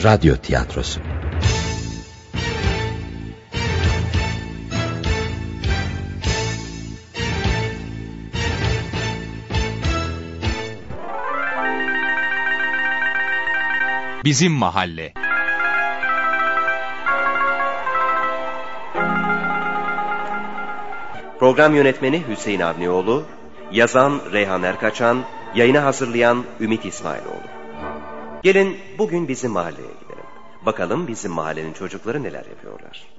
Radyo tiyatrosu. Bizim Mahalle. Program yönetmeni Hüseyin Avnioğlu, yazan Reyhan Erkaçan, yayını hazırlayan Ümit İsmailoğlu. Gelin bugün bizim mahalleye gidelim. Bakalım bizim mahallenin çocukları neler yapıyorlar.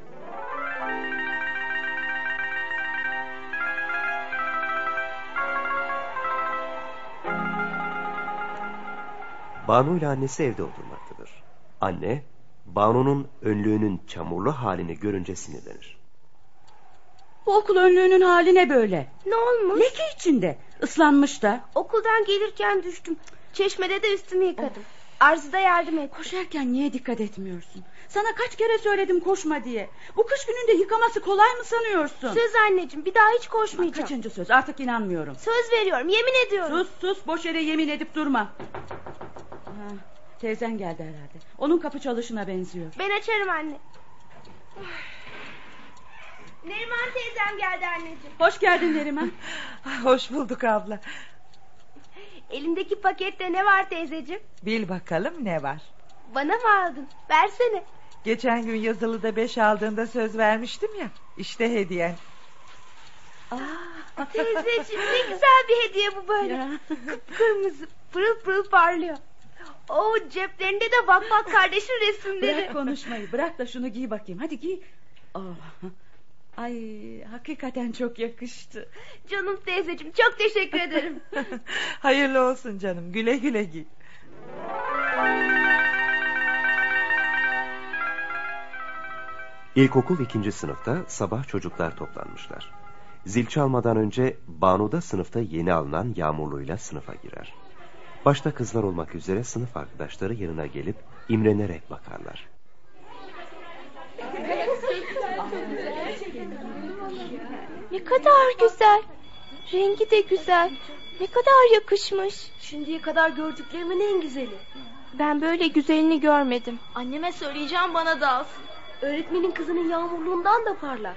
Banu ile annesi evde oturmaktadır. Anne, Banu'nun önlüğünün çamurlu halini görünce sinirlenir. Bu okul önlüğünün hali ne böyle? Ne olmuş? Leke içinde, ıslanmış da. Okuldan gelirken düştüm. Çeşmede de üstümü yıkadım. Arzu da yardım et. Koşarken niye dikkat etmiyorsun? Sana kaç kere söyledim koşma diye. Bu kış gününde yıkaması kolay mı sanıyorsun? Söz anneciğim, bir daha hiç koşmayacağım. Kaçıncı söz? Artık inanmıyorum. Söz veriyorum, yemin ediyorum. Sus, boş yere yemin edip durma. Ha, teyzen geldi herhalde. Onun kapı çalışına benziyor. Ben açarım anne. Neriman teyzem geldi anneciğim. Hoş geldin Neriman. Hoş bulduk abla. Elimdeki pakette ne var teyzeciğim? Bil bakalım ne var. Bana mı aldın? Versene. Geçen gün yazılıda 5 aldığında söz vermiştim ya. İşte hediyen. Teyzeciğim ne güzel bir hediye bu böyle. Kıpkırmızı, pırıl pırıl parlıyor. Ceplerinde de bak kardeşin resimleri. Bırak konuşmayı, bırak da şunu giy bakayım. Hadi giy. Ay, hakikaten çok yakıştı. Canım teyzeciğim, çok teşekkür ederim. Hayırlı olsun canım, güle güle giy. İlkokul 2. sınıfta sabah çocuklar toplanmışlar. Zil çalmadan önce Banu da sınıfta yeni alınan Yağmurlu'yla sınıfa girer. Başta kızlar olmak üzere sınıf arkadaşları yanına gelip imrenerek bakarlar. Ne kadar güzel. Rengi de güzel. Ne kadar yakışmış. Şimdiye kadar gördüklerimin en güzeli. Ben böyle güzelini görmedim. Anneme söyleyeceğim, bana da alsın. Öğretmenin kızının yağmurluğundan da parlak.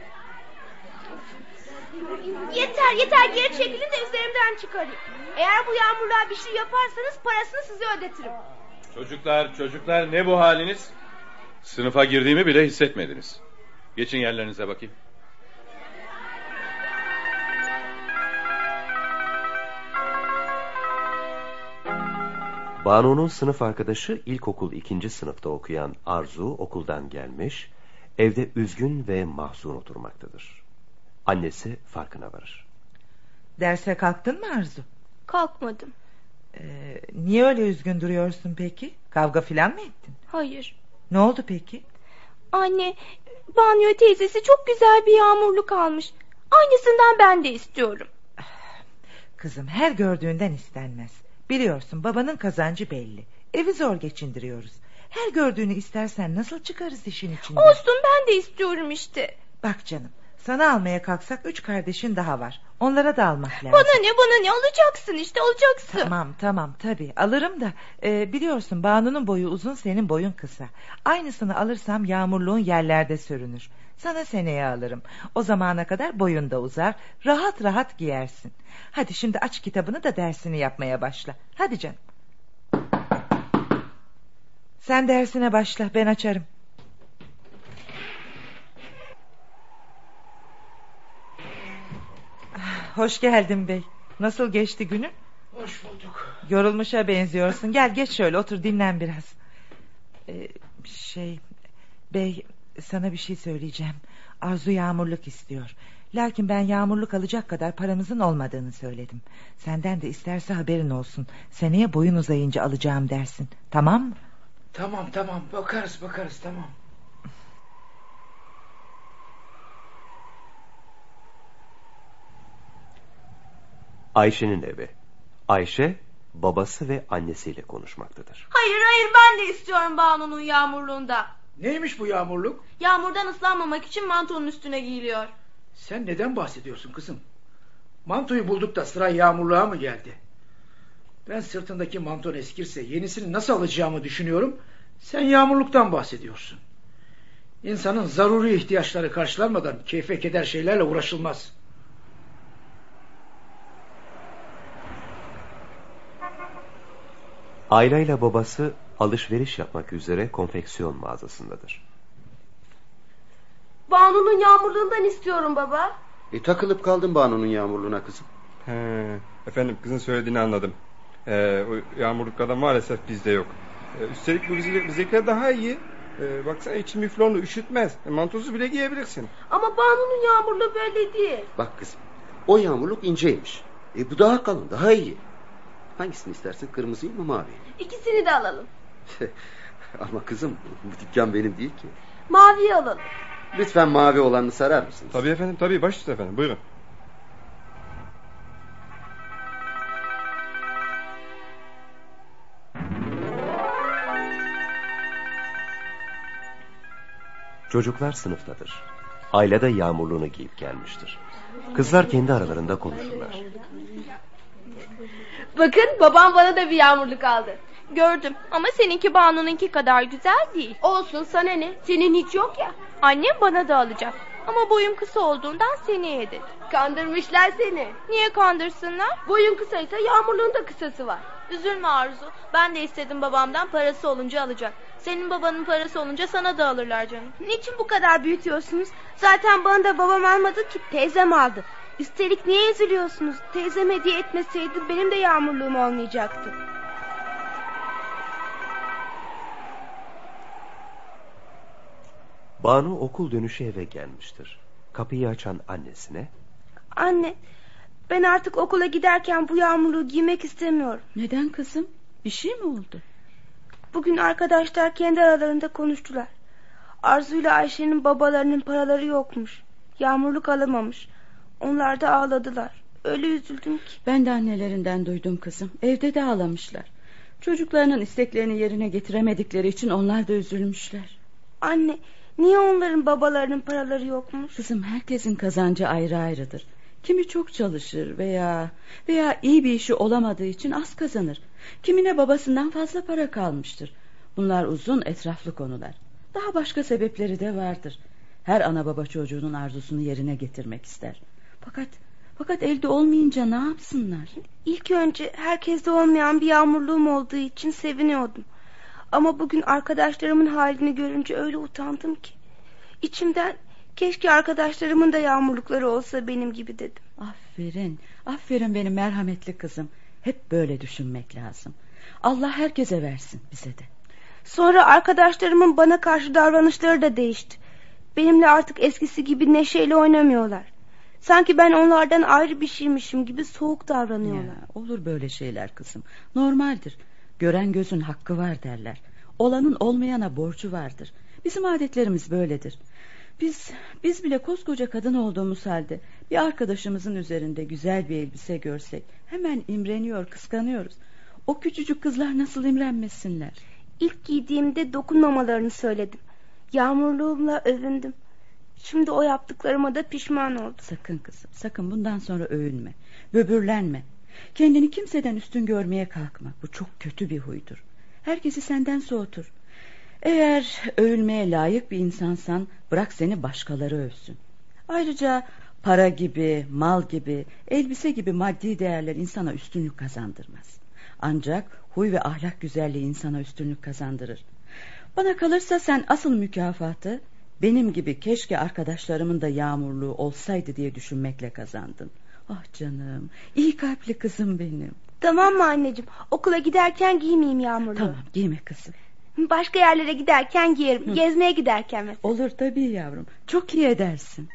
Yeter geri çekilin de üzerimden çıkarayım. Eğer bu yağmurluğa bir şey yaparsanız parasını size ödetirim. Çocuklar ne bu haliniz? Sınıfa girdiğimi bile hissetmediniz. Geçin yerlerinize bakayım. Banu'nun sınıf arkadaşı ilkokul 2. sınıfta okuyan Arzu okuldan gelmiş, evde üzgün ve mahzun oturmaktadır. Annesi farkına varır. Derse kalktın mı Arzu? Kalkmadım. Niye öyle üzgün duruyorsun peki? Kavga filan mı ettin? Hayır. Ne oldu peki? Anne, Banyo teyzesi çok güzel bir yağmurluk almış. Aynısından ben de istiyorum. Kızım, her gördüğünden istenmez. Biliyorsun babanın kazancı belli. Evi zor geçindiriyoruz. Her gördüğünü istersen nasıl çıkarız işin içinden? Olsun, ben de istiyorum işte. Bak canım, sana almaya kalksak 3 kardeşin daha var. Onlara da almak lazım. Bana ne alacaksın işte, alacaksın. Tamam tabii alırım da biliyorsun Banu'nun boyu uzun, senin boyun kısa. Aynısını alırsam yağmurluğun yerlerde sürünür. Sana seneye alırım. O zamana kadar boyun da uzar, rahat rahat giyersin. Hadi şimdi aç kitabını da dersini yapmaya başla. Hadi canım. Sen dersine başla, ben açarım. Hoş geldin bey. Nasıl geçti günün? Hoş bulduk. Yorulmuşa benziyorsun. Gel geç şöyle otur, dinlen biraz. Bey, sana bir şey söyleyeceğim. Arzu yağmurluk istiyor. Lakin ben yağmurluk alacak kadar paramızın olmadığını söyledim. Senden de isterse haberin olsun. Seneye boyun uzayınca alacağım dersin. Tamam mı? Tamam bakarız tamam. Ayşe'nin evi. Ayşe, babası ve annesiyle konuşmaktadır. Hayır, ben de istiyorum Banu'nun yağmurluğunda. Neymiş bu yağmurluk? Yağmurdan ıslanmamak için mantonun üstüne giyiliyor. Sen neden bahsediyorsun kızım? Mantoyu bulduk da sıra yağmurluğa mı geldi? Ben sırtındaki manton eskirse yenisini nasıl alacağımı düşünüyorum. Sen yağmurluktan bahsediyorsun. İnsanın zaruri ihtiyaçları karşılanmadan keyfe keder şeylerle uğraşılmaz. Ayla ile babası alışveriş yapmak üzere konfeksiyon mağazasındadır. Banu'nun yağmurluğundan istiyorum baba. Takılıp kaldın Banu'nun yağmurluğuna kızım. Efendim, kızın söylediğini anladım. O yağmurluklardan maalesef bizde yok. Üstelik bu bizdekiler daha iyi. Baksana, içi müflonlu, üşütmez. Mantosu bile giyebilirsin. Ama Banu'nun yağmurluğu böyle değil. Bak kızım, o yağmurluk inceymiş. Bu daha kalın, daha iyi. Hangisini istersin, kırmızıyı mı mavi? İkisini de alalım. Ama kızım, bu dükkan benim değil ki. Maviyi alalım. Lütfen mavi olanını sarar mısınız? Tabii efendim, tabii, baş üstüne efendim, buyurun. Çocuklar sınıftadır. Ayla da yağmurluğunu giyip gelmiştir. Kızlar kendi aralarında konuşurlar. Bakın, babam bana da bir yağmurluk aldı. Gördüm ama seninki Banu'nunki kadar güzel değil. Olsun, sana ne? Senin hiç yok ya. Annem bana da alacak. Ama boyum kısa olduğundan seneye dedi. Kandırmışlar seni. Niye kandırsınlar? Boyun kısaysa yağmurluğun da kısası var. Üzülme Arzu. Ben de istedim, babamdan parası olunca alacak. Senin babanın parası olunca sana da alırlar canım. Niçin bu kadar büyütüyorsunuz? Zaten bana da babam almadı ki, teyzem aldı. Üstelik niye üzülüyorsunuz? Teyzem hediye etmeseydi benim de yağmurluğum olmayacaktı. Banu okul dönüşü eve gelmiştir. Kapıyı açan annesine: Anne, ben artık okula giderken bu yağmurluğu giymek istemiyorum. Neden kızım? Bir şey mi oldu? Bugün arkadaşlar kendi aralarında konuştular. Arzu ile Ayşe'nin babalarının paraları yokmuş. Yağmurluk alamamış. Onlar da ağladılar. Öyle üzüldüm ki. Ben de annelerinden duydum kızım. Evde de ağlamışlar. Çocuklarının isteklerini yerine getiremedikleri için onlar da üzülmüşler. Anne, niye onların babalarının paraları yokmuş? Kızım, herkesin kazancı ayrı ayrıdır. Kimi çok çalışır veya iyi bir işi olamadığı için az kazanır. Kimine babasından fazla para kalmıştır. Bunlar uzun, etraflı konular. Daha başka sebepleri de vardır. Her ana baba çocuğunun arzusunu yerine getirmek ister. Fakat elde olmayınca ne yapsınlar? İlk önce herkeste olmayan bir yağmurluğum olduğu için seviniyordum. Ama bugün arkadaşlarımın halini görünce öyle utandım ki. İçimden keşke arkadaşlarımın da yağmurlukları olsa benim gibi dedim. Aferin benim merhametli kızım. Hep böyle düşünmek lazım. Allah herkese versin, bize de. Sonra arkadaşlarımın bana karşı davranışları da değişti. Benimle artık eskisi gibi neşeyle oynamıyorlar. Sanki ben onlardan ayrı bir şeymişim gibi soğuk davranıyorlar. Ya, olur böyle şeyler kızım. Normaldir. Gören gözün hakkı var derler. Olanın olmayana borcu vardır. Bizim adetlerimiz böyledir. Biz bile koskoca kadın olduğumuz halde bir arkadaşımızın üzerinde güzel bir elbise görsek hemen imreniyor, kıskanıyoruz. O küçücük kızlar nasıl imrenmesinler? İlk giydiğimde dokunmamalarını söyledim. Yağmurluğumla övündüm. Şimdi o yaptıklarıma da pişman oldum. Sakın kızım, sakın bundan sonra övünme, böbürlenme. Kendini kimseden üstün görmeye kalkma. Bu çok kötü bir huydur. Herkesi senden soğutur. Eğer övülmeye layık bir insansan bırak seni başkaları övsün. Ayrıca para gibi, mal gibi, elbise gibi maddi değerler insana üstünlük kazandırmaz. Ancak huy ve ahlak güzelliği insana üstünlük kazandırır. Bana kalırsa sen asıl mükafatı benim gibi keşke arkadaşlarımın da yağmurluğu olsaydı diye düşünmekle kazandın. Ah canım, iyi kalpli kızım benim. Tamam mı anneciğim? Okula giderken giymeyeyim yağmurluğu. Tamam, giyme kızım. Başka yerlere giderken giyerim. Gezmeye giderken mesela. Olur tabii yavrum. Çok iyi edersin.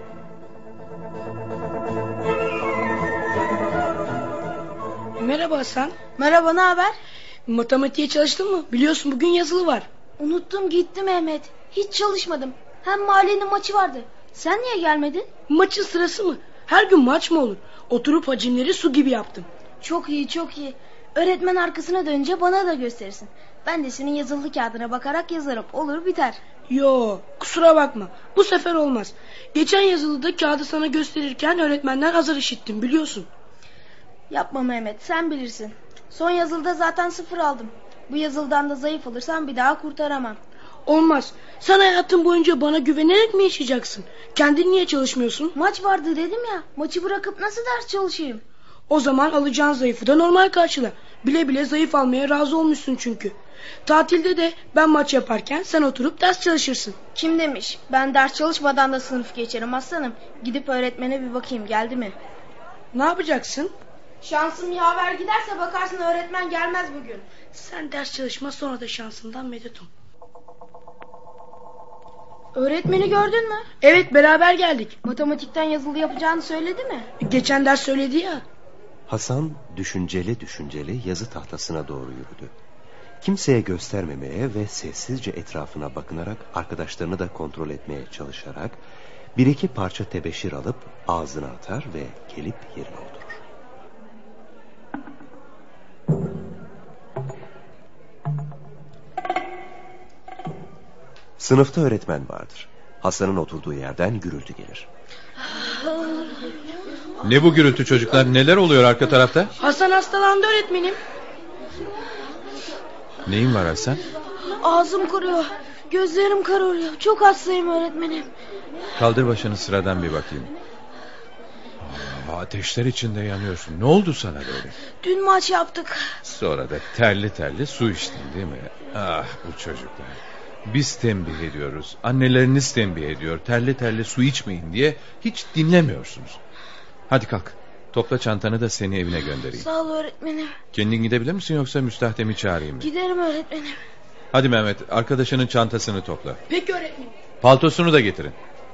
Merhaba Hasan. Merhaba, ne haber? Matematiğe çalıştın mı? Biliyorsun bugün yazılı var. Unuttum gitti Mehmet. Hiç çalışmadım. Hem mahallenin maçı vardı. Sen niye gelmedin? Maçın sırası mı? Her gün maç mı olur? Oturup hacimleri su gibi yaptım. Çok iyi, çok iyi. Öğretmen arkasına dönünce bana da gösterirsin. Ben de senin yazılı kağıdına bakarak yazarım. Olur biter. Yo, kusura bakma. Bu sefer olmaz. Geçen yazılıda kağıdı sana gösterirken öğretmenden azar işittim, biliyorsun. Yapma Mehmet, sen bilirsin. Son yazılıda zaten 0 aldım. Bu yazıldan da zayıf olursam bir daha kurtaramam. Olmaz. Sen hayatın boyunca bana güvenerek mi yaşayacaksın? Kendin niye çalışmıyorsun? Maç vardı dedim ya. Maçı bırakıp nasıl ders çalışayım? O zaman alacağın zayıfı da normal karşıla. Bile bile zayıf almaya razı olmuşsun çünkü. Tatilde de ben maç yaparken sen oturup ders çalışırsın. Kim demiş? Ben ders çalışmadan da sınıf geçerim aslanım. Gidip öğretmene bir bakayım, geldi mi? Ne yapacaksın? Şansım yaver giderse bakarsın öğretmen gelmez bugün. Sen ders çalışma, sonra da şansından medet ol. Öğretmeni gördün mü? Evet, beraber geldik. Matematikten yazılı yapacağını söyledi mi? Geçen ders söyledi ya. Hasan düşünceli yazı tahtasına doğru yürüdü. Kimseye göstermemeye ve sessizce etrafına bakınarak, arkadaşlarını da kontrol etmeye çalışarak bir iki parça tebeşir alıp ağzına atar ve gelip yerine oturur. Sınıfta öğretmen vardır. Hasan'ın oturduğu yerden gürültü gelir. Ne bu gürültü çocuklar? Neler oluyor arka tarafta? Hasan hastalandı öğretmenim. Neyin var Hasan? Ağzım kuruyor. Gözlerim kararıyor. Çok hastayım öğretmenim. Kaldır başını sıradan bir bakayım. Ateşler içinde yanıyorsun. Ne oldu sana böyle? Dün maç yaptık. Sonra da terli terli su içtin değil mi? Ah bu çocuklar. Biz tembih ediyoruz. Anneleriniz tembih ediyor. Terli terli su içmeyin diye hiç dinlemiyorsunuz. Hadi kalk. Topla çantanı da seni evine göndereyim. Sağ ol öğretmenim. Kendin gidebilir misin yoksa müstahdemi çağırayım mı? Giderim öğretmenim. Hadi Mehmet, arkadaşının çantasını topla. Peki öğretmenim. Paltosunu da getirin.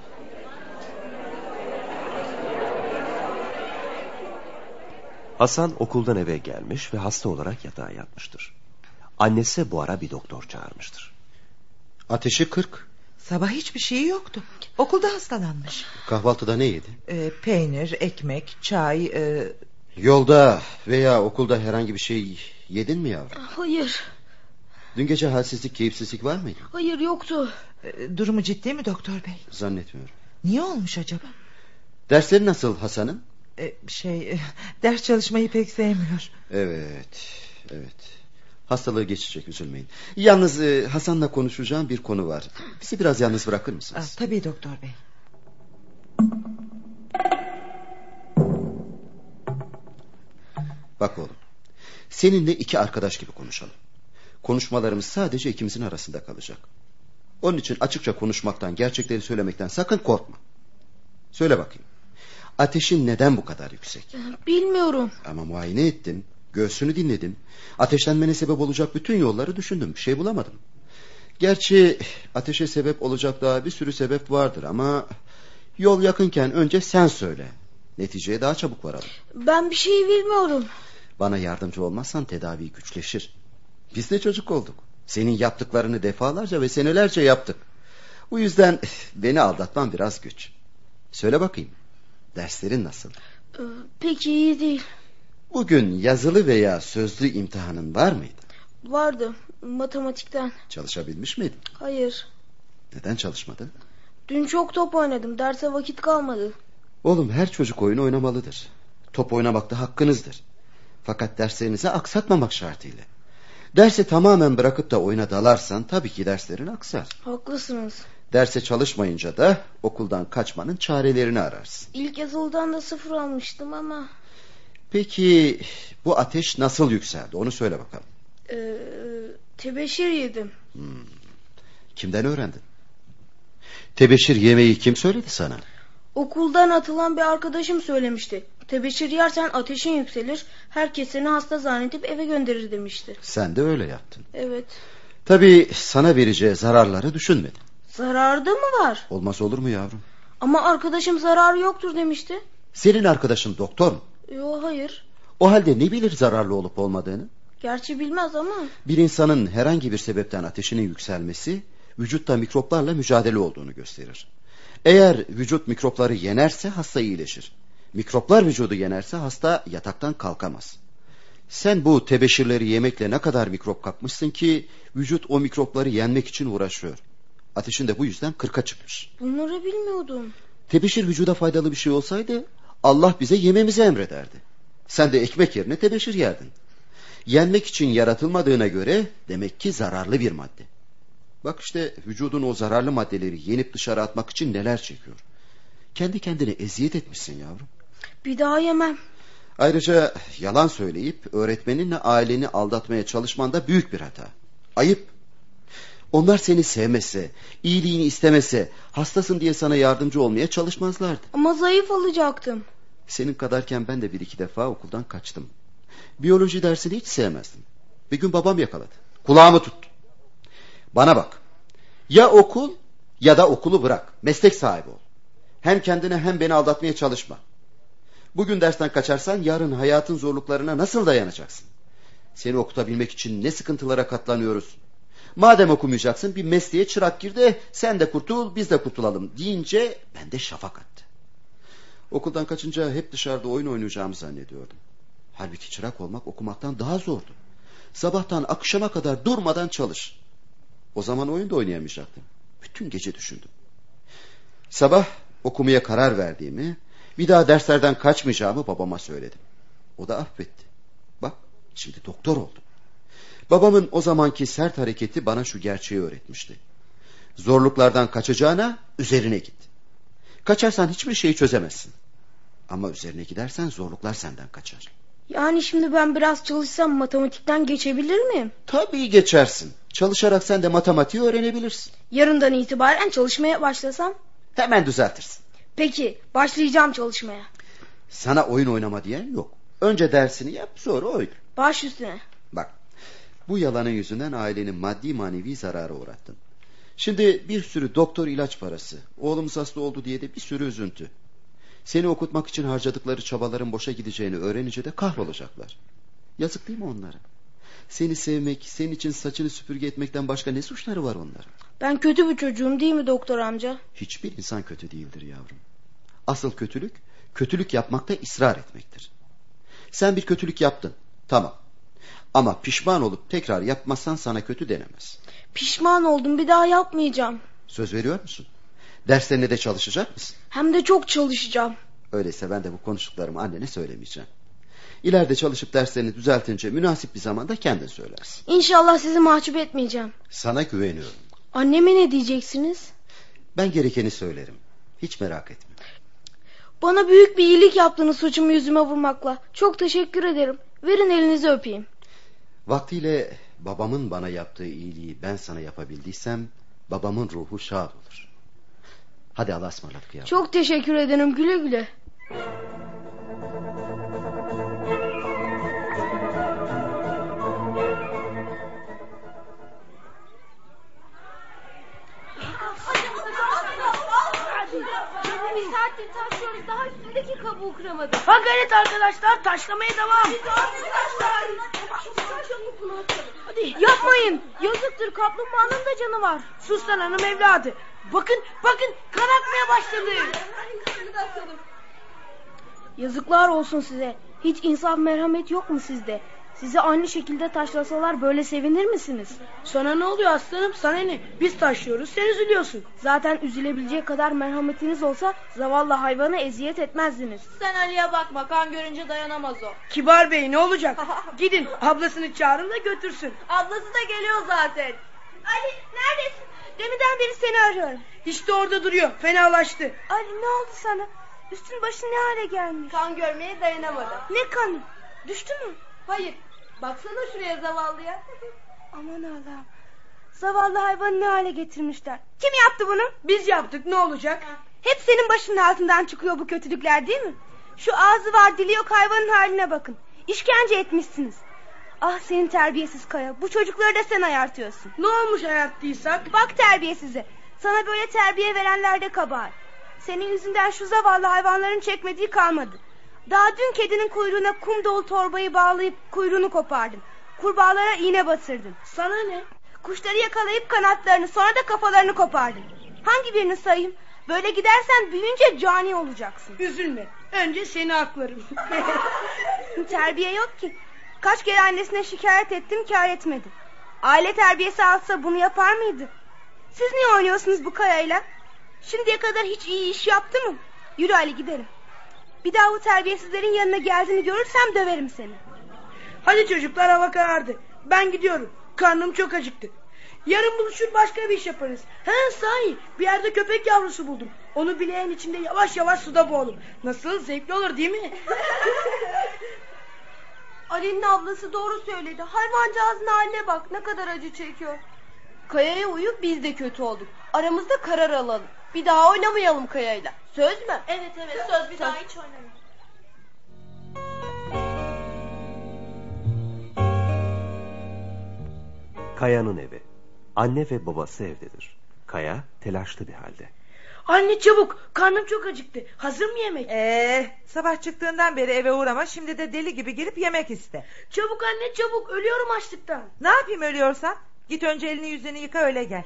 Hasan okuldan eve gelmiş ve hasta olarak yatağa yatmıştır. Annesi bu ara bir doktor çağırmıştır. Ateşi 40. Sabah hiçbir şeyi yoktu. Okulda hastalanmış. Kahvaltıda ne yedi? Peynir, ekmek, çay... Yolda veya okulda herhangi bir şey yedin mi yavrum? Hayır. Dün gece halsizlik, keyifsizlik var mıydı? Hayır, yoktu. Durumu ciddi mi doktor bey? Zannetmiyorum. Niye olmuş acaba? Dersleri nasıl Hasan'ın? Ders çalışmayı pek sevmiyor. Evet. Hastalığı geçecek, üzülmeyin. Yalnız Hasan'la konuşacağım bir konu var. Bizi biraz yalnız bırakır mısınız? Tabii doktor bey. Bak oğlum, seninle iki arkadaş gibi konuşalım. Konuşmalarımız sadece ikimizin arasında kalacak. Onun için açıkça konuşmaktan, gerçekleri söylemekten sakın korkma. Söyle bakayım, ateşin neden bu kadar yüksek? Bilmiyorum. Ama muayene ettim, göğsünü dinledim. Ateşlenmene sebep olacak bütün yolları düşündüm, bir şey bulamadım. Gerçi ateşe sebep olacak daha bir sürü sebep vardır ama... yol yakınken önce sen söyle. Neticeye daha çabuk varalım. Ben bir şey bilmiyorum. Bana yardımcı olmazsan tedavi güçleşir. Biz de çocuk olduk. Senin yaptıklarını defalarca ve senelerce yaptık. Bu yüzden beni aldatman biraz güç. Söyle bakayım, derslerin nasıl? Pek iyi değil. Bugün yazılı veya sözlü imtihanın var mıydı? Vardı, matematikten. Çalışabilmiş miydin? Hayır. Neden çalışmadın? Dün çok top oynadım, derse vakit kalmadı. Oğlum, her çocuk oyun oynamalıdır. Top oynamak da hakkınızdır. Fakat derslerinizi aksatmamak şartıyla. Dersi tamamen bırakıp da oyuna dalarsan tabii ki derslerin aksar. Haklısınız. Derse çalışmayınca da okuldan kaçmanın çarelerini ararsın. İlk yazılıdan da 0 almıştım ama... Peki bu ateş nasıl yükseldi, onu söyle bakalım. Tebeşir yedim. Kimden öğrendin? Tebeşir yemeyi kim söyledi sana? Okuldan atılan bir arkadaşım söylemişti. Tebeşir yersen ateşin yükselir, herkes seni hasta zannedip eve gönderir demişti. Sen de öyle yaptın. Evet. Tabii sana vereceği zararları düşünmedin. Zararı da mı var? Olmaz olur mu yavrum? Ama arkadaşım zararı yoktur demişti. Senin arkadaşın doktor mu? Yok, hayır. O halde ne bilir zararlı olup olmadığını? Gerçi bilmez ama... Bir insanın herhangi bir sebepten ateşinin yükselmesi... vücutta mikroplarla mücadele olduğunu gösterir. Eğer vücut mikropları yenerse hasta iyileşir. Mikroplar vücudu yenerse hasta yataktan kalkamaz. Sen bu tebeşirleri yemekle ne kadar mikrop kapmışsın ki... vücut o mikropları yenmek için uğraşıyor. Ateşin de bu yüzden 40'a çıkmış. Bunları bilmiyordum. Tebeşir vücuda faydalı bir şey olsaydı... Allah bize yememizi emrederdi. Sen de ekmek yerine tebeşir yerdin. Yenmek için yaratılmadığına göre demek ki zararlı bir madde. Bak işte vücudun o zararlı maddeleri yenip dışarı atmak için neler çekiyor. Kendi kendine eziyet etmişsin yavrum. Bir daha yemem. Ayrıca yalan söyleyip öğretmeninle aileni aldatmaya çalışman da büyük bir hata. Ayıp. Onlar seni sevmese, iyiliğini istemese, hastasın diye sana yardımcı olmaya çalışmazlardı. Ama zayıf olacaktım. Senin kadarken ben de 1-2 defa okuldan kaçtım. Biyoloji dersini hiç sevmezdim. Bir gün babam yakaladı. Kulağımı tuttu. Bana bak. Ya okul ya da okulu bırak. Meslek sahibi ol. Hem kendine hem beni aldatmaya çalışma. Bugün dersten kaçarsan yarın hayatın zorluklarına nasıl dayanacaksın? Seni okutabilmek için ne sıkıntılara katlanıyoruz. Madem okumayacaksın bir mesleğe çırak gir de sen de kurtul biz de kurtulalım deyince ben de şafak attı. Okuldan kaçınca hep dışarıda oyun oynayacağımı zannediyordum. Halbuki çırak olmak okumaktan daha zordu. Sabahtan akşama kadar durmadan çalış. O zaman oyun da oynayamayacaktım. Bütün gece düşündüm. Sabah okumaya karar verdiğimi, bir daha derslerden kaçmayacağımı babama söyledim. O da affetti. Bak şimdi doktor oldum. Babamın o zamanki sert hareketi bana şu gerçeği öğretmişti. Zorluklardan kaçacağına üzerine git. Kaçarsan hiçbir şeyi çözemezsin. Ama üzerine gidersen zorluklar senden kaçar. Yani şimdi ben biraz çalışsam matematikten geçebilir miyim? Tabii geçersin. Çalışarak sen de matematiği öğrenebilirsin. Yarından itibaren çalışmaya başlasam? Hemen düzeltirsin. Peki başlayacağım çalışmaya. Sana oyun oynama diyen yok. Önce dersini yap sonra oyna. Baş üstüne. Bak bu yalanın yüzünden ailenin maddi manevi zarara uğrattın. Şimdi bir sürü doktor ilaç parası, oğlumuz hasta oldu diye de bir sürü üzüntü. Seni okutmak için harcadıkları çabaların boşa gideceğini öğrenince de kahrolacaklar. Yazık değil mi onlara? Seni sevmek, senin için saçını süpürge etmekten başka ne suçları var onların? Ben kötü bir çocuğum değil mi doktor amca? Hiçbir insan kötü değildir yavrum. Asıl kötülük, kötülük yapmakta ısrar etmektir. Sen bir kötülük yaptın, tamam. Ama pişman olup tekrar yapmazsan sana kötü denemez. Pişman oldum, bir daha yapmayacağım. Söz veriyor musun? Derslerine de çalışacak mısın? Hem de çok çalışacağım. Öyleyse ben de bu konuştuklarımı annene söylemeyeceğim. İleride çalışıp derslerini düzeltince münasip bir zamanda kendin söylersin. İnşallah sizi mahcup etmeyeceğim. Sana güveniyorum. Anneme ne diyeceksiniz? Ben gerekeni söylerim. Hiç merak etme. Bana büyük bir iyilik yaptınız suçumu yüzüme vurmakla. Çok teşekkür ederim. Verin elinizi öpeyim. Vaktiyle babamın bana yaptığı iyiliği ben sana yapabildiysem babamın ruhu şad olur. Hadi Allah'a ısmarladık yavrum. Çok teşekkür ederim, güle güle. Bir saattir taşıyoruz, daha üstündeki kabuğu kıramadık. Ha gayret arkadaşlar, taşlamaya devam. Hadi yapmayın, yazıktır, kaplumbağanın da canı var. Sus lan hanım evladı. Bakın karartmaya başladı. Yazıklar olsun size. Hiç insaf merhamet yok mu sizde? Sizi aynı şekilde taşlasalar böyle sevinir misiniz? Sana ne oluyor aslanım, sana ne? Biz taşlıyoruz, sen üzülüyorsun. Zaten üzülebilecek kadar merhametiniz olsa zavallı hayvana eziyet etmezdiniz. Sen Ali'ye bakma, kan görünce dayanamaz o. Kibar bey ne olacak? Gidin ablasını çağırın da götürsün. Ablası da geliyor zaten. Ali neredesin? Deminden beri seni arıyorum. İşte orada duruyor, fenalaştı. Ali ne oldu sana? Üstün başın ne hale gelmiş? Kan görmeye dayanamadı. Ne kanı? Düştü mü? Hayır. Baksana şuraya zavallıya. Aman Allah'ım. Zavallı hayvanı ne hale getirmişler. Kim yaptı bunu? Biz yaptık, ne olacak? Hep senin başının altından çıkıyor bu kötülükler değil mi? Şu ağzı var dili yok hayvanın haline bakın. İşkence etmişsiniz. Ah senin terbiyesiz Kaya. Bu çocukları da sen ayartıyorsun. Ne olmuş ayarttıysak? Bak terbiyesize. Sana böyle terbiye verenler de kabahat. Senin yüzünden şu zavallı hayvanların çekmediği kalmadı. Daha dün kedinin kuyruğuna kum dolu torbayı bağlayıp kuyruğunu kopardın. Kurbağalara iğne batırdın. Sana ne? Kuşları yakalayıp kanatlarını sonra da kafalarını kopardın. Hangi birini sayayım? Böyle gidersen büyüyünce cani olacaksın. Üzülme. Önce seni aklarım. Terbiye yok ki. Kaç kere annesine şikayet ettim kâr etmedi. Aile terbiyesi alsa bunu yapar mıydı? Siz niye oynuyorsunuz bu Kaya'yla? Şimdiye kadar hiç iyi iş yaptı mı? Yürü Ali gidelim. Bir daha bu terbiyesizlerin yanına geldiğini görürsem döverim seni. Hadi çocuklar, hava karardı. Ben gidiyorum. Karnım çok acıktı. Yarın buluşur başka bir iş yaparız. Sahi, bir yerde köpek yavrusu buldum. Onu bileğin içinde yavaş yavaş suda boğalım. Nasıl zevkli olur değil mi? Ali'nin ablası doğru söyledi. Hayvancağızın haline bak, ne kadar acı çekiyor. Kaya'ya uyup biz de kötü olduk. Aramızda karar alalım. Bir daha oynamayalım Kaya'yla. Söz mü? Evet söz, bir daha hiç oynamayalım. Kaya'nın evi. Anne ve babası evdedir. Kaya telaşlı bir halde. Anne çabuk, karnım çok acıktı. Hazır mı yemek? Sabah çıktığından beri eve uğrama, şimdi de deli gibi girip yemek iste. Çabuk anne çabuk, ölüyorum açlıktan. Ne yapayım ölüyorsan? Git önce elini yüzünü yıka, öyle gel.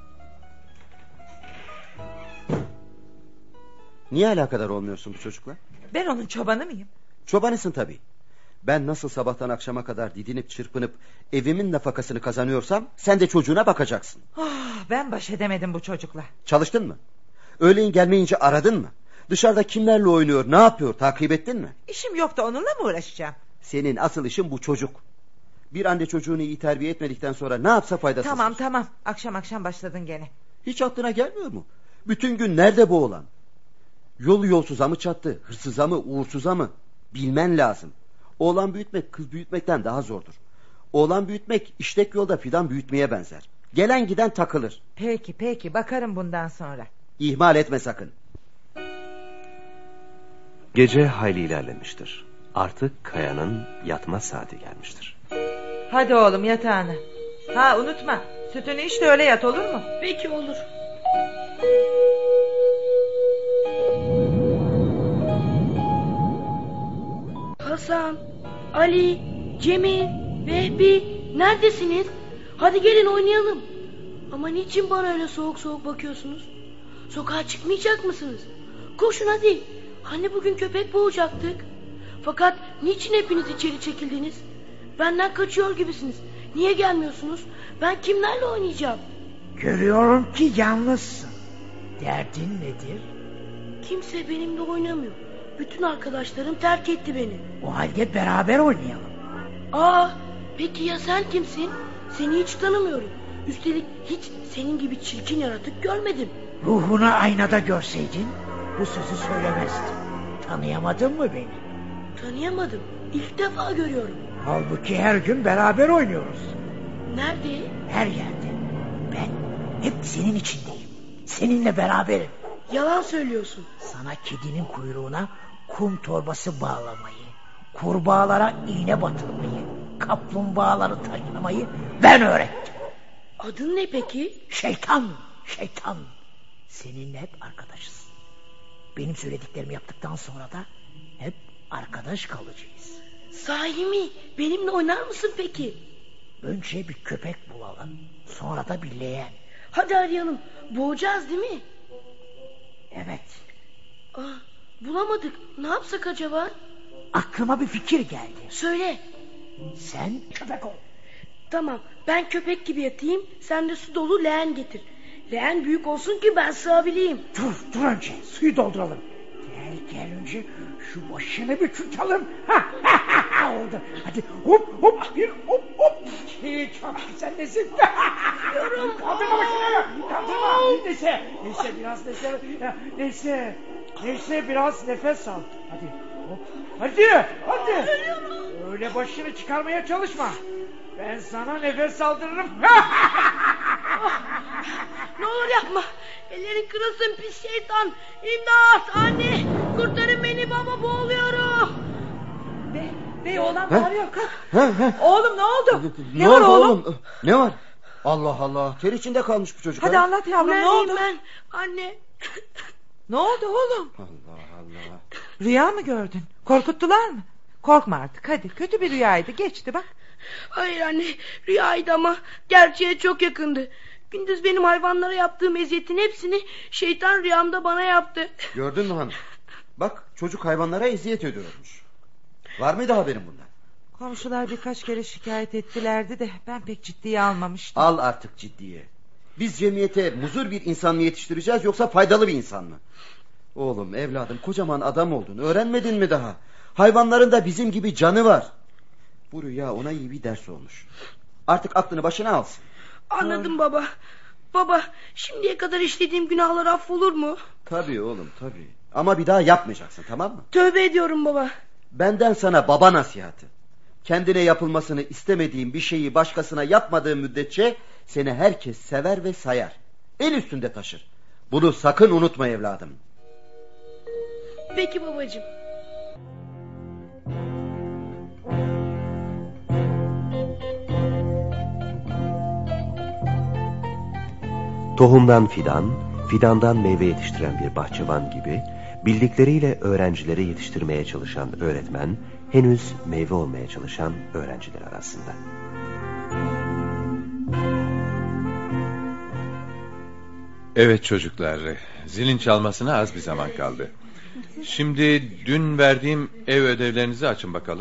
Niye alakadar olmuyorsun bu çocukla? Ben onun çobanı mıyım? Çobanısın tabii. Ben nasıl sabahtan akşama kadar didinip çırpınıp evimin nafakasını kazanıyorsam sen de çocuğuna bakacaksın. Ben baş edemedim bu çocukla. Çalıştın mı? Öğleyin gelmeyince aradın mı? Dışarıda kimlerle oynuyor, ne yapıyor, takip ettin mi? İşim yok da onunla mı uğraşacağım? Senin asıl işin bu çocuk. Bir anne çocuğunu iyi terbiye etmedikten sonra ne yapsa faydasız. Tamam, akşam başladın gene. Hiç aklına gelmiyor mu? Bütün gün nerede bu oğlan? Yolu yolsuza mı çattı, hırsıza mı, uğursuza mı? Bilmen lazım. Oğlan büyütmek kız büyütmekten daha zordur. Oğlan büyütmek işlek yolda fidan büyütmeye benzer. Gelen giden takılır. Peki bakarım bundan sonra. İhmal etme sakın. Gece hayli ilerlemiştir. Artık Kaya'nın yatma saati gelmiştir. Hadi oğlum yatağına. Unutma, sütünü iç de öyle yat, olur mu? Peki olur. Hasan, Ali, Cemil, Vehbi, neredesiniz? Hadi gelin oynayalım. Ama niçin bana öyle soğuk soğuk bakıyorsunuz? Sokağa çıkmayacak mısınız? Koşun hadi. Hani bugün köpek boğacaktık. Fakat niçin hepiniz içeri çekildiniz? Benden kaçıyor gibisiniz. Niye gelmiyorsunuz? Ben kimlerle oynayacağım? Görüyorum ki yalnızsın. Derdin nedir? Kimse benimle oynamıyor. Bütün arkadaşlarım terk etti beni. O halde beraber oynayalım. Peki ya sen kimsin? Seni hiç tanımıyorum. Üstelik hiç senin gibi çirkin yaratık görmedim. Ruhunu aynada görseydin bu sözü söylemezdin. Tanıyamadın mı beni? Tanıyamadım. İlk defa görüyorum. Halbuki her gün beraber oynuyoruz. Nerede? Her yerde. Ben hep senin içindeyim. Seninle beraberim. Yalan söylüyorsun. Sana kedinin kuyruğuna kum torbası bağlamayı, kurbağalara iğne batırmayı, kaplumbağaları taşlamayı ben öğrettim. Adın ne peki? Şeytan. Seninle hep arkadaşız. Benim söylediklerimi yaptıktan sonra da hep arkadaş kalacağız. Sahi mi? Benimle oynar mısın peki? Önce bir köpek bulalım, sonra da bir leğen. Hadi arayalım. Boğacağız değil mi? Evet. Bulamadık. Ne yapsak acaba? Aklıma bir fikir geldi. Söyle. Sen köpek ol. Tamam, ben köpek gibi yatayım. Sen de su dolu leğen getir. Leğen büyük olsun ki ben sığabileyim. Dur önce suyu dolduralım. Gel önce şu başını bir tutalım. Oldu. Hadi hop bir hop. Çok güzel nesin. Kaldırma başını. Kaldırma. Neyse biraz neyse biraz nefes al. Hadi hop. Hadi. Öyle başını çıkarmaya çalışma. Ben sana nefes aldırırım. Ne olur yapma. Ellerin kırılsın pis şeytan. İmdat anne. Kurtarın beni baba, boğuluyorum. Bey oğlan bağırıyor, kalk. Oğlum ne oldu? Ne var oğlum? Ne var? Allah Allah, ter içinde kalmış bu çocuk. Hadi anlat yavrum, ne oldu? Ben anne. Ne oldu oğlum? Allah. Rüya mı gördün? Korkuttular mı? Korkma artık, hadi, kötü bir rüyaydı, geçti bak. Hayır anne, rüyaydı ama gerçeğe çok yakındı. Gündüz benim hayvanlara yaptığım eziyetin hepsini şeytan rüyamda bana yaptı. Gördün mü hanım? Bak, çocuk hayvanlara eziyet ediyormuş. Var mıydı haberin bundan? Komşular birkaç kere şikayet ettilerdi de ben pek ciddiye almamıştım. Al artık ciddiye. Biz cemiyete muzur bir insan mı yetiştireceğiz yoksa faydalı bir insan mı? Oğlum, evladım, kocaman adam oldun, öğrenmedin mi daha? Hayvanların da bizim gibi canı var. Bu rüya ona iyi bir ders olmuş. Artık aklını başına alsın. Anladım baba. Baba, şimdiye kadar işlediğim günahlar affolur mu? Tabii oğlum, tabii. Ama bir daha yapmayacaksın, tamam mı? Tövbe ediyorum baba. Benden sana baba nasihatı. Kendine yapılmasını istemediğin bir şeyi başkasına yapmadığın müddetçe seni herkes sever ve sayar. El üstünde taşır. Bunu sakın unutma evladım. Peki babacığım. Tohumdan fidan, fidandan meyve yetiştiren bir bahçıvan gibi bildikleriyle öğrencileri yetiştirmeye çalışan öğretmen, henüz meyve olmaya çalışan öğrenciler arasında. Evet çocuklar, zilin çalmasına az bir zaman kaldı. Şimdi dün verdiğim ev ödevlerinizi açın bakalım.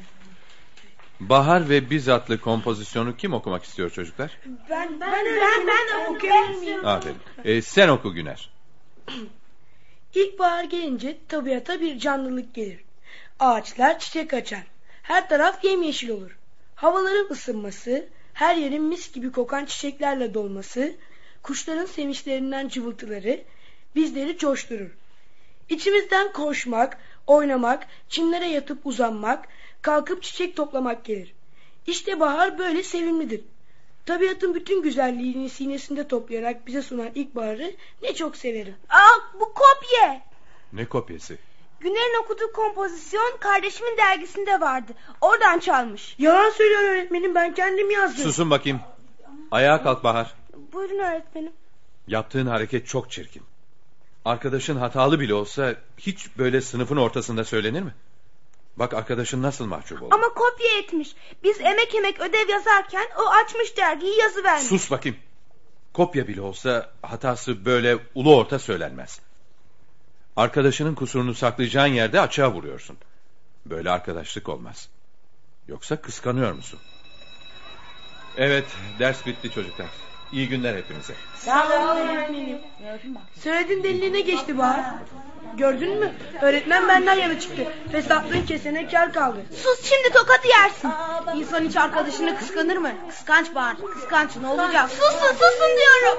Bahar ve Biz adlı kompozisyonu kim okumak istiyor çocuklar? Ben okuyabilir miyim? Aferin. Sen oku Güner. İlkbahar gelince tabiata bir canlılık gelir. Ağaçlar çiçek açar. Her taraf yemyeşil olur. Havaların ısınması, her yerin mis gibi kokan çiçeklerle dolması, kuşların sevinçlerinden cıvıltıları bizleri coşturur. İçimizden koşmak, oynamak, çimlere yatıp uzanmak, kalkıp çiçek toplamak gelir. İşte bahar böyle sevimlidir. Tabiatın bütün güzelliğini sinesinde toplayarak bize sunan ilkbaharı ne çok severim. Bu kopya. Ne kopyası? Güner'in okuduğu kompozisyon kardeşimin dergisinde vardı. Oradan çalmış. Yalan söylüyor öğretmenim, ben kendim yazdım. Susun bakayım. Ayağa kalk Bahar. Buyurun öğretmenim. Yaptığın hareket çok çirkin. Arkadaşın hatalı bile olsa hiç böyle sınıfın ortasında söylenir mi? Bak arkadaşın nasıl mahcup oldu. Ama kopya etmiş. Biz emek ödev yazarken o açmış dergiyi yazıvermiş. Sus bakayım. Kopya bile olsa hatası böyle ulu orta söylenmez. Arkadaşının kusurunu saklayacağın yerde açığa vuruyorsun. Böyle arkadaşlık olmaz. Yoksa kıskanıyor musun? Evet, ders bitti çocuklar. İyi günler hepinize. Sağ olun öğretmenim. Söylediğin deliliğine geçti Bahar. Gördün mü? Öğretmen benden yana çıktı. Fesatlığın kesene kâr kaldı. Sus, şimdi tokadı yersin. İnsan hiç arkadaşını kıskanır mı? Kıskanç Bahar, kıskanç, ne olacak? Susun diyorum.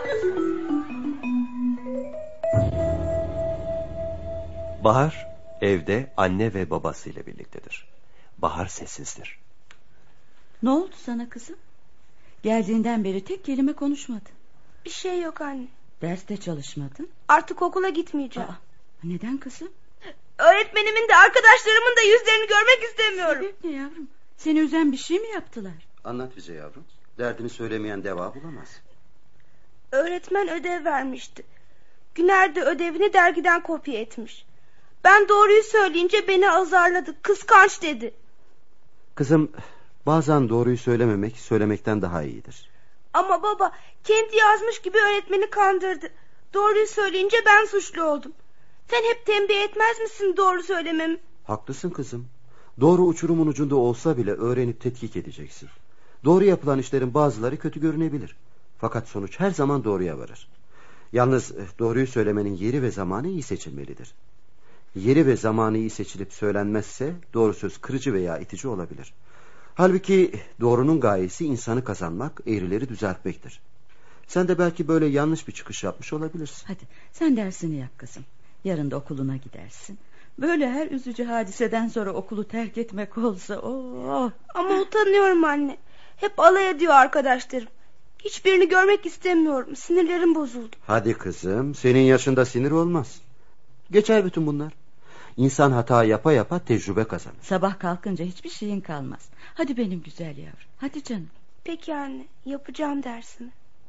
Bahar evde anne ve babasıyla birliktedir. Bahar sessizdir. Ne oldu sana kızım? Geldiğinden beri tek kelime konuşmadın. Bir şey yok anne. Derste çalışmadın. Artık okula gitmeyeceğim. Neden kızım? Öğretmenimin de arkadaşlarımın da yüzlerini görmek istemiyorum. Sebep ne yavrum? Seni üzen bir şey mi yaptılar? Anlat bize yavrum. Derdini söylemeyen deva bulamaz. Öğretmen ödev vermişti. Güner de ödevini dergiden kopya etmiş. Ben doğruyu söyleyince beni azarladı. Kıskanç dedi. Kızım, bazen doğruyu söylememek söylemekten daha iyidir. Ama baba, kendi yazmış gibi öğretmeni kandırdı. Doğruyu söyleyince ben suçlu oldum. Sen hep tembih etmez misin doğru söylememi? Haklısın kızım. Doğru uçurumun ucunda olsa bile öğrenip tetkik edeceksin. Doğru yapılan işlerin bazıları kötü görünebilir. Fakat sonuç her zaman doğruya varır. Yalnız doğruyu söylemenin yeri ve zamanı iyi seçilmelidir. Yeri ve zamanı iyi seçilip söylenmezse doğru söz kırıcı veya itici olabilir. Halbuki doğrunun gayesi insanı kazanmak, eğrileri düzeltmektir. Sen de belki böyle yanlış bir çıkış yapmış olabilirsin. Hadi sen dersini yap kızım. Yarın da okuluna gidersin. Böyle her üzücü hadiseden sonra okulu terk etmek olsa... Ama utanıyorum anne. Hep alay ediyor arkadaşlarım. Hiçbirini görmek istemiyorum. Sinirlerim bozuldu. Hadi kızım, senin yaşında sinir olmaz. Geçer bütün bunlar. İnsan hata yapa yapa tecrübe kazanır. Sabah kalkınca hiçbir şeyin kalmaz. Hadi benim güzel yavrum. Hadi canım. Peki anne, yapacağım dersimi.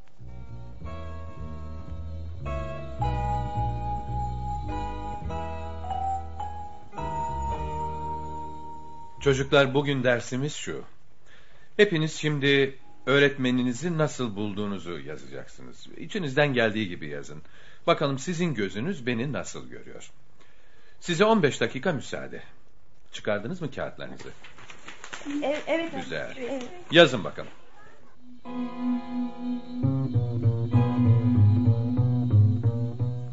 Çocuklar, bugün dersimiz şu. Hepiniz şimdi öğretmeninizi nasıl bulduğunuzu yazacaksınız. İçinizden geldiği gibi yazın. Bakalım sizin gözünüz beni nasıl görüyor. Size 15 dakika müsaade. Çıkardınız mı kağıtlarınızı? Evet. Güzel. Evet. Yazın bakalım.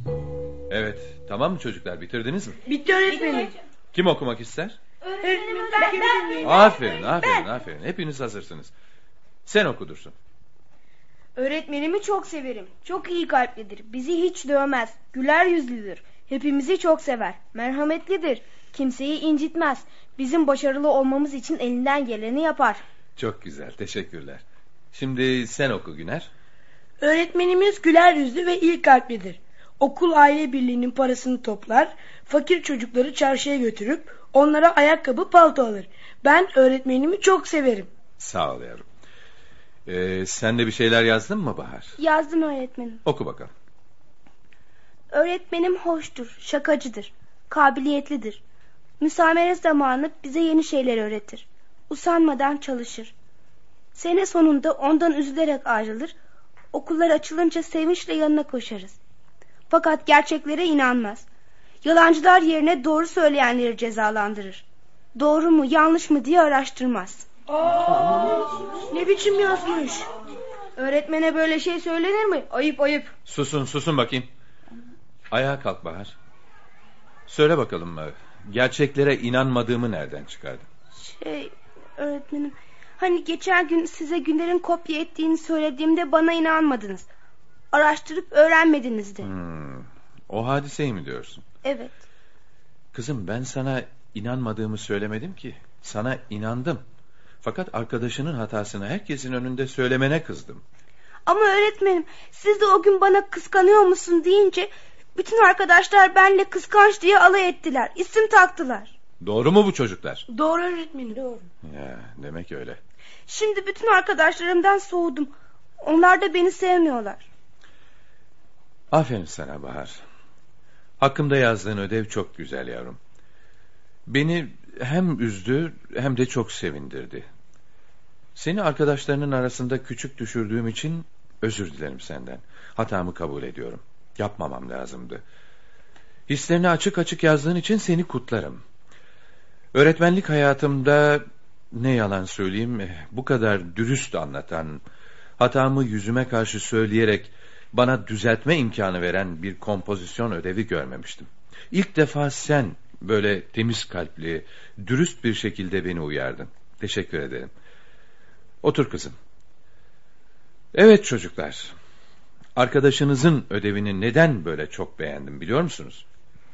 Evet, tamam mı çocuklar, bitirdiniz mi? Bitti öğretmenim. Kim okumak ister? Öğretmenim Aferin. Hepiniz hazırsınız. Sen oku Dursun. Öğretmenimi çok severim. Çok iyi kalplidir. Bizi hiç dövmez. Güler yüzlüdür. Hepimizi çok sever. Merhametlidir. Kimseyi incitmez. Bizim başarılı olmamız için elinden geleni yapar. Çok güzel, teşekkürler. Şimdi sen oku Güner. Öğretmenimiz güler yüzlü ve iyi kalplidir. Okul aile birliğinin parasını toplar, fakir çocukları çarşıya götürüp onlara ayakkabı, palto alır. Ben öğretmenimi çok severim. Sağ ol yavrum. Sen de bir şeyler yazdın mı Bahar? Yazdım öğretmenim. Oku bakalım. Öğretmenim hoştur, şakacıdır, kabiliyetlidir. Müsamere zamanı bize yeni şeyler öğretir. Usanmadan çalışır. Sene sonunda ondan üzülerek ayrılır. Okullar açılınca sevinçle yanına koşarız. Fakat gerçeklere inanmaz. Yalancılar yerine doğru söyleyenleri cezalandırır. Doğru mu yanlış mı diye araştırmaz. Ne biçim yazmış? Öğretmene böyle şey söylenir mi? Ayıp. Susun bakayım. Ayağa kalk Bahar. Söyle bakalım, gerçeklere inanmadığımı nereden çıkardın? Öğretmenim, hani geçen gün size Günler'in kopya ettiğini söylediğimde bana inanmadınız. Araştırıp öğrenmediniz de. O hadiseyi mi diyorsun? Evet. Kızım, ben sana inanmadığımı söylemedim ki. Sana inandım. Fakat arkadaşının hatasını herkesin önünde söylemene kızdım. Ama öğretmenim, siz de o gün bana kıskanıyor musun deyince bütün arkadaşlar benimle kıskanç diye alay ettiler. İsim taktılar. Doğru mu bu çocuklar? Doğru öğretmenim. Doğru. Ya, demek öyle. Şimdi bütün arkadaşlarımdan soğudum. Onlar da beni sevmiyorlar. Aferin sana Bahar. Hakkımda yazdığın ödev çok güzel yavrum. Beni hem üzdü hem de çok sevindirdi. Seni arkadaşlarının arasında küçük düşürdüğüm için özür dilerim senden. Hatamı kabul ediyorum. Yapmamam lazımdı. Hislerini açık açık yazdığın için seni kutlarım. Öğretmenlik hayatımda, ne yalan söyleyeyim, bu kadar dürüst anlatan, hatamı yüzüme karşı söyleyerek bana düzeltme imkanı veren bir kompozisyon ödevi görmemiştim. İlk defa sen böyle temiz kalpli, dürüst bir şekilde beni uyardın. Teşekkür ederim. Otur kızım. Evet çocuklar, arkadaşınızın ödevini neden böyle çok beğendim biliyor musunuz?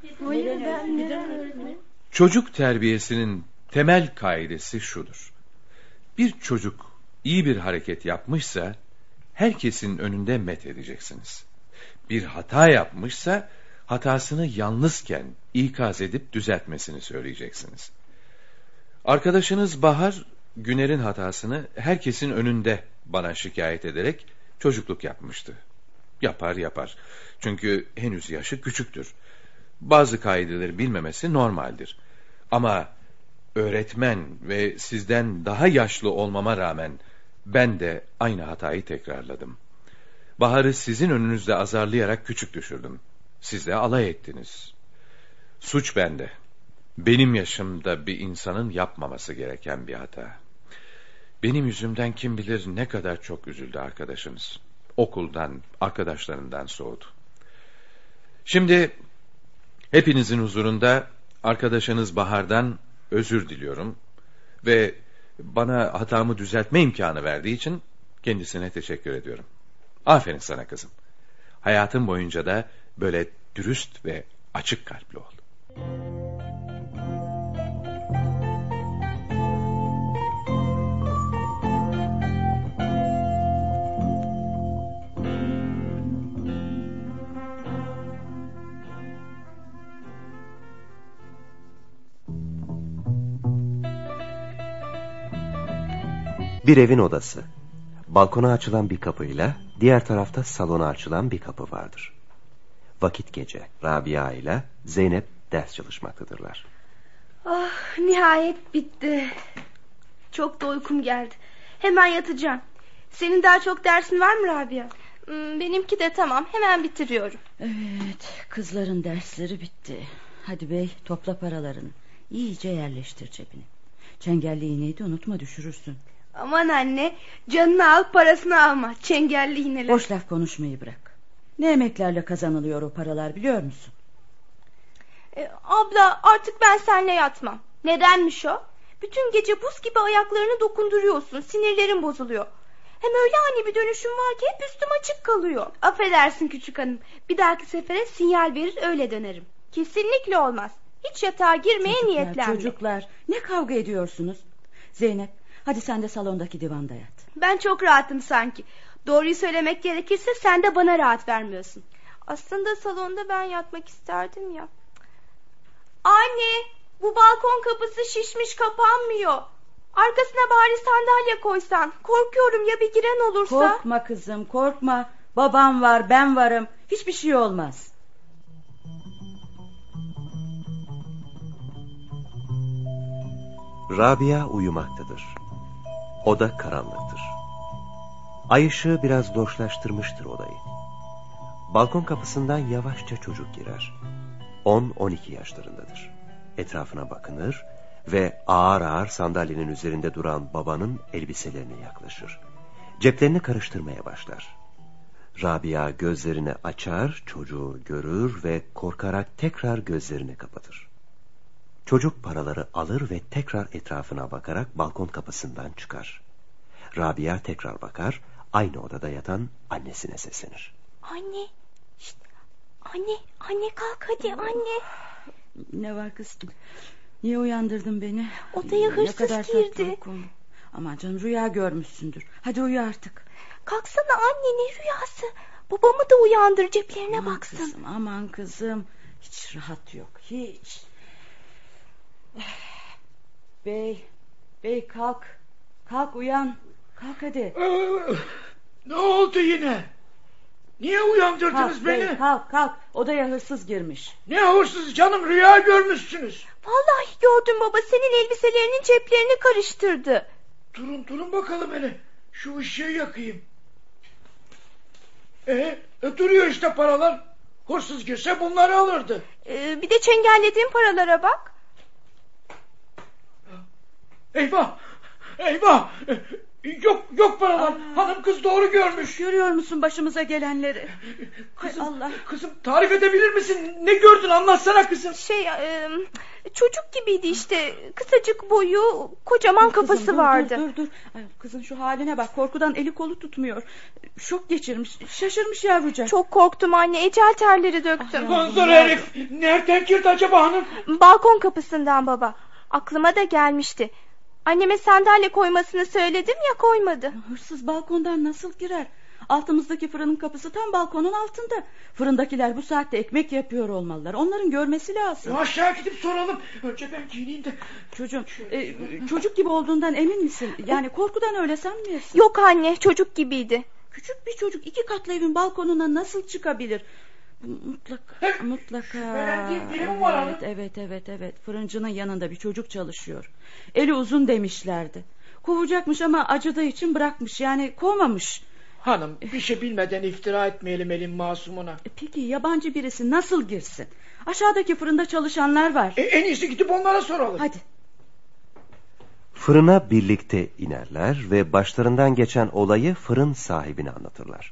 Çocuk terbiyesinin temel kaidesi şudur: bir çocuk iyi bir hareket yapmışsa herkesin önünde methedeceksiniz. Bir hata yapmışsa hatasını yalnızken ikaz edip düzeltmesini söyleyeceksiniz. Arkadaşınız Bahar, Güner'in hatasını herkesin önünde bana şikayet ederek çocukluk yapmıştı. Yapar. Çünkü henüz yaşı küçüktür. Bazı kaideleri bilmemesi normaldir. Ama öğretmen ve sizden daha yaşlı olmama rağmen ben de aynı hatayı tekrarladım. Bahar'ı sizin önünüzde azarlayarak küçük düşürdüm. Siz de alay ettiniz. Suç bende. Benim yaşımda bir insanın yapmaması gereken bir hata. Benim yüzümden kim bilir ne kadar çok üzüldü arkadaşınız. Okuldan, arkadaşlarından soğudu. Şimdi hepinizin huzurunda arkadaşınız Bahar'dan özür diliyorum ve bana hatamı düzeltme imkanı verdiği için kendisine teşekkür ediyorum. Aferin sana kızım. Hayatın boyunca da böyle dürüst ve açık kalpli ol. Bir evin odası. Balkona açılan bir kapıyla diğer tarafta salona açılan bir kapı vardır. Vakit gece. Rabia ile Zeynep ders çalışmaktadırlar. Nihayet bitti. Çok da uykum geldi. Hemen yatacağım. Senin daha çok dersin var mı Rabia? Benimki de tamam. Hemen bitiriyorum. Evet, kızların dersleri bitti. Hadi bey, topla paralarını. İyice yerleştir cebine. Çengelli iğneyi de unutma, düşürürsün. Aman anne, canını al parasını alma. Çengelli iğneler. Boş laf konuşmayı bırak. Ne emeklerle kazanılıyor o paralar biliyor musun? Abla, artık ben seninle yatmam. Nedenmiş o? Bütün gece buz gibi ayaklarını dokunduruyorsun. Sinirlerim bozuluyor. Hem öyle ani bir dönüşüm var ki hep üstüm açık kalıyor. Affedersin küçük hanım. Bir dahaki sefere sinyal verir öyle dönerim. Kesinlikle olmaz. Hiç yatağa girmeye niyetlenme. Çocuklar ne kavga ediyorsunuz? Zeynep hadi sen de salondaki divanda yat. Ben çok rahatım sanki. Doğruyu söylemek gerekirse sen de bana rahat vermiyorsun. Aslında salonda ben yatmak isterdim ya. Anne, bu balkon kapısı şişmiş, kapanmıyor. Arkasına bari sandalye koysan. Korkuyorum ya bir giren olursa. Korkma kızım, korkma. Babam var, ben varım. Hiçbir şey olmaz. Rabia uyumaktadır. Oda karanlıktır. Ay ışığı biraz loşlaştırmıştır odayı. Balkon kapısından yavaşça çocuk girer. 10-12 yaşlarındadır. Etrafına bakınır ve ağır ağır sandalyenin üzerinde duran babanın elbiselerine yaklaşır. Ceplerini karıştırmaya başlar. Rabia gözlerini açar, çocuğu görür ve korkarak tekrar gözlerini kapatır. Çocuk paraları alır ve tekrar etrafına bakarak balkon kapısından çıkar. Rabia tekrar bakar, aynı odada yatan annesine seslenir. Anne, şişt, anne kalk hadi anne. Ne var kızım? Niye uyandırdın beni? Odaya hırsız girdi. Aman canım rüya görmüşsündür. Hadi uyu artık. Kalksana anne, ne rüyası? Babamı da uyandır, ceplerine aman baksın. Kızım, aman kızım. Hiç rahat yok, hiç. Bey kalk. Kalk uyan. Kalk hadi. Ne oldu yine? Niye uyandırdınız beni? Bey, kalk. Odaya hırsız girmiş. Ne hırsız canım, rüya görmüşsünüz. Vallahi gördüm baba, senin elbiselerinin ceplerini karıştırdı. Durun bakalım hele. Şu ışığı yakayım. Duruyor işte paralar. Hırsız girse bunları alırdı. Bir de çengellediğim paralara bak. Eyvah. Yok paralar. Hanım kız doğru görmüş. Görüyor musun başımıza gelenleri? Kızım tarif edebilir misin? Ne gördün, anlatsana kızım. Çocuk gibiydi işte. Kısacık boyu, kocaman kafası vardı. Dur. Ay, kızın şu haline bak, korkudan eli kolu tutmuyor. Şok geçirmiş, şaşırmış yavrucak. Çok korktum anne, ecel terleri döktüm. Manzara herif. Nereden girdi acaba hanım? Balkon kapısından baba. Aklıma da gelmişti. Anneme sandalye koymasını söyledim ya, koymadı. Hırsız balkondan nasıl girer? Altımızdaki fırının kapısı tam balkonun altında. Fırındakiler bu saatte ekmek yapıyor olmalılar. Onların görmesi lazım. Aşağı gidip soralım. Önce ben giyineyim de. Çocuğum, çocuk gibi olduğundan emin misin? Yani korkudan öyle sanmıyorsun. Yok anne, çocuk gibiydi. Küçük bir çocuk 2 katlı evin balkonuna nasıl çıkabilir? Mutlaka. Evet. Fırıncının yanında bir çocuk çalışıyor. Eli uzun demişlerdi. Kovacakmış ama acıdığı için bırakmış. Yani kovmamış. Hanım, bir şey bilmeden iftira etmeyelim elin masumuna. Peki yabancı birisi nasıl girsin? Aşağıdaki fırında çalışanlar var. En iyisi gidip onlara soralım. Hadi. Fırına birlikte inerler ve başlarından geçen olayı fırın sahibine anlatırlar.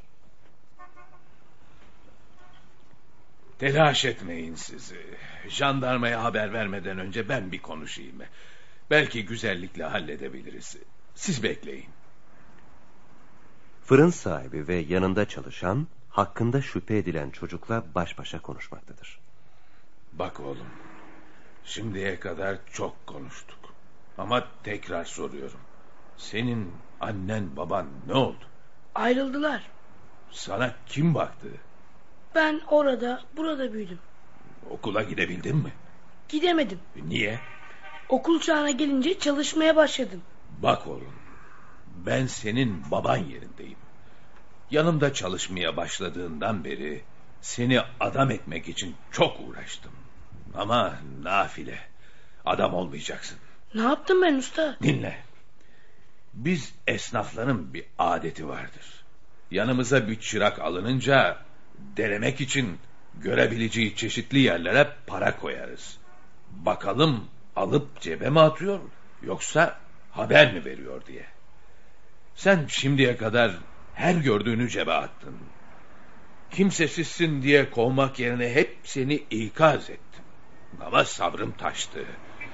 Telaş etmeyin sizi. Jandarmaya haber vermeden önce ben bir konuşayım. Belki güzellikle halledebiliriz. Siz bekleyin. Fırın sahibi ve yanında çalışan, hakkında şüphe edilen çocukla baş başa konuşmaktadır. Bak oğlum, şimdiye kadar çok konuştuk. Ama tekrar soruyorum. Senin annen baban ne oldu? Ayrıldılar. Sana kim baktı? Ben burada büyüdüm. Okula gidebildin mi? Gidemedim. Niye? Okul çağına gelince çalışmaya başladım. Bak oğlum, ben senin baban yerindeyim. Yanımda çalışmaya başladığından beri seni adam etmek için çok uğraştım. Ama nafile, adam olmayacaksın. Ne yaptım ben usta? Dinle. Biz esnafların bir adeti vardır. Yanımıza bir çırak alınınca denemek için görebileceği çeşitli yerlere para koyarız. Bakalım alıp cebe mi atıyor yoksa haber mi veriyor diye. Sen şimdiye kadar her gördüğünü cebe attın. Kimsesizsin diye kovmak yerine hep seni ikaz ettim. Ama sabrım taştı.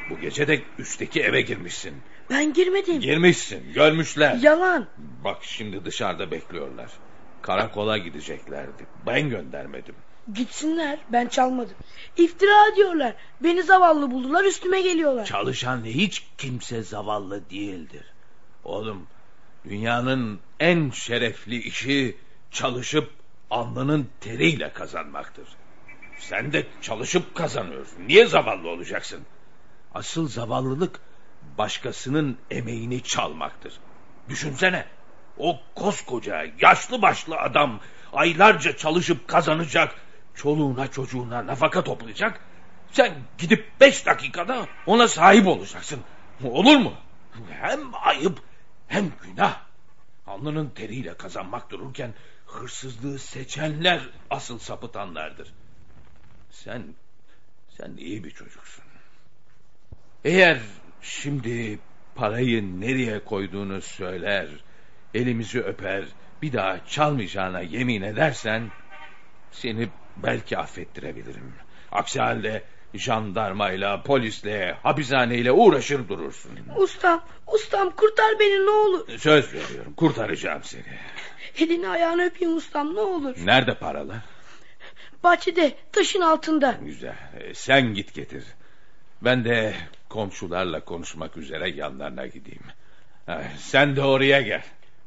Bu gece de üstteki eve girmişsin. Ben girmedim. Girmişsin, görmüşler. Yalan. Bak şimdi dışarıda bekliyorlar. Karakola gideceklerdi. Ben göndermedim. Gitsinler, ben çalmadım. İftira ediyorlar. Beni zavallı buldular, üstüme geliyorlar. Çalışan hiç kimse zavallı değildir. Oğlum, dünyanın en şerefli işi çalışıp alnının teriyle kazanmaktır. Sen de çalışıp kazanıyorsun. Niye zavallı olacaksın? Asıl zavallılık başkasının emeğini çalmaktır. Düşünsene, o koskoca yaşlı başlı adam aylarca çalışıp kazanacak, çoluğuna çocuğuna nafaka toplayacak. Sen gidip 5 dakikada ona sahip olacaksın. Olur mu? Hem ayıp hem günah. Alnının teriyle kazanmak dururken hırsızlığı seçenler asıl sapıtanlardır. Sen iyi bir çocuksun. Eğer şimdi parayı nereye koyduğunu söyler, elimizi öper, bir daha çalmayacağına yemin edersen seni belki affettirebilirim. Aksi halde jandarmayla, polisle, hapishaneyle uğraşır durursun. Ustam kurtar beni ne olur. Söz veriyorum, kurtaracağım seni. Elini ayağını öpeyim ustam ne olur. Nerede paralar? Bahçede, taşın altında. Güzel, sen git getir. Ben de komşularla konuşmak üzere yanlarına gideyim. Sen de oraya gel.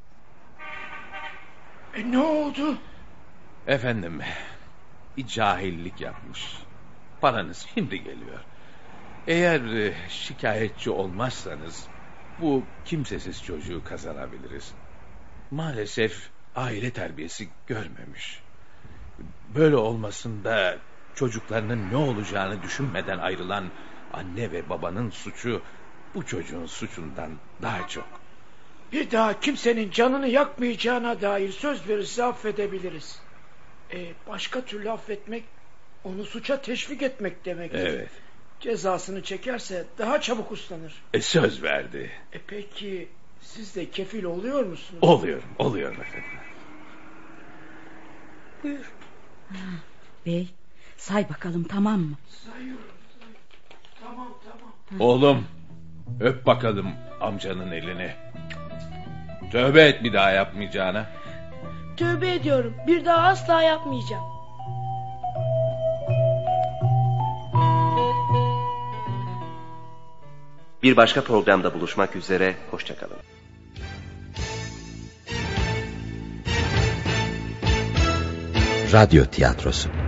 Ne oldu? Efendim, bir cahillik yapmış. Paranız şimdi geliyor. Eğer şikayetçi olmazsanız bu kimsesiz çocuğu kazanabiliriz. Maalesef aile terbiyesi görmemiş. Böyle olmasında çocuklarının ne olacağını düşünmeden ayrılan anne ve babanın suçu bu çocuğun suçundan daha çok. Bir daha kimsenin canını yakmayacağına dair söz verirse affedebiliriz. Başka türlü affetmek onu suça teşvik etmek demektir. Evet. Cezasını çekerse daha çabuk uslanır. Söz verdi. Peki siz de kefil oluyor musunuz? Oluyorum efendim. Buyur. Bey, say bakalım tamam mı? Sayıyorum. Tamam. Oğlum, öp bakalım amcanın elini. Tövbe et bir daha yapmayacağına. Tövbe ediyorum. Bir daha asla yapmayacağım. Bir başka programda buluşmak üzere, hoşça kalın. Radyo tiyatrosu.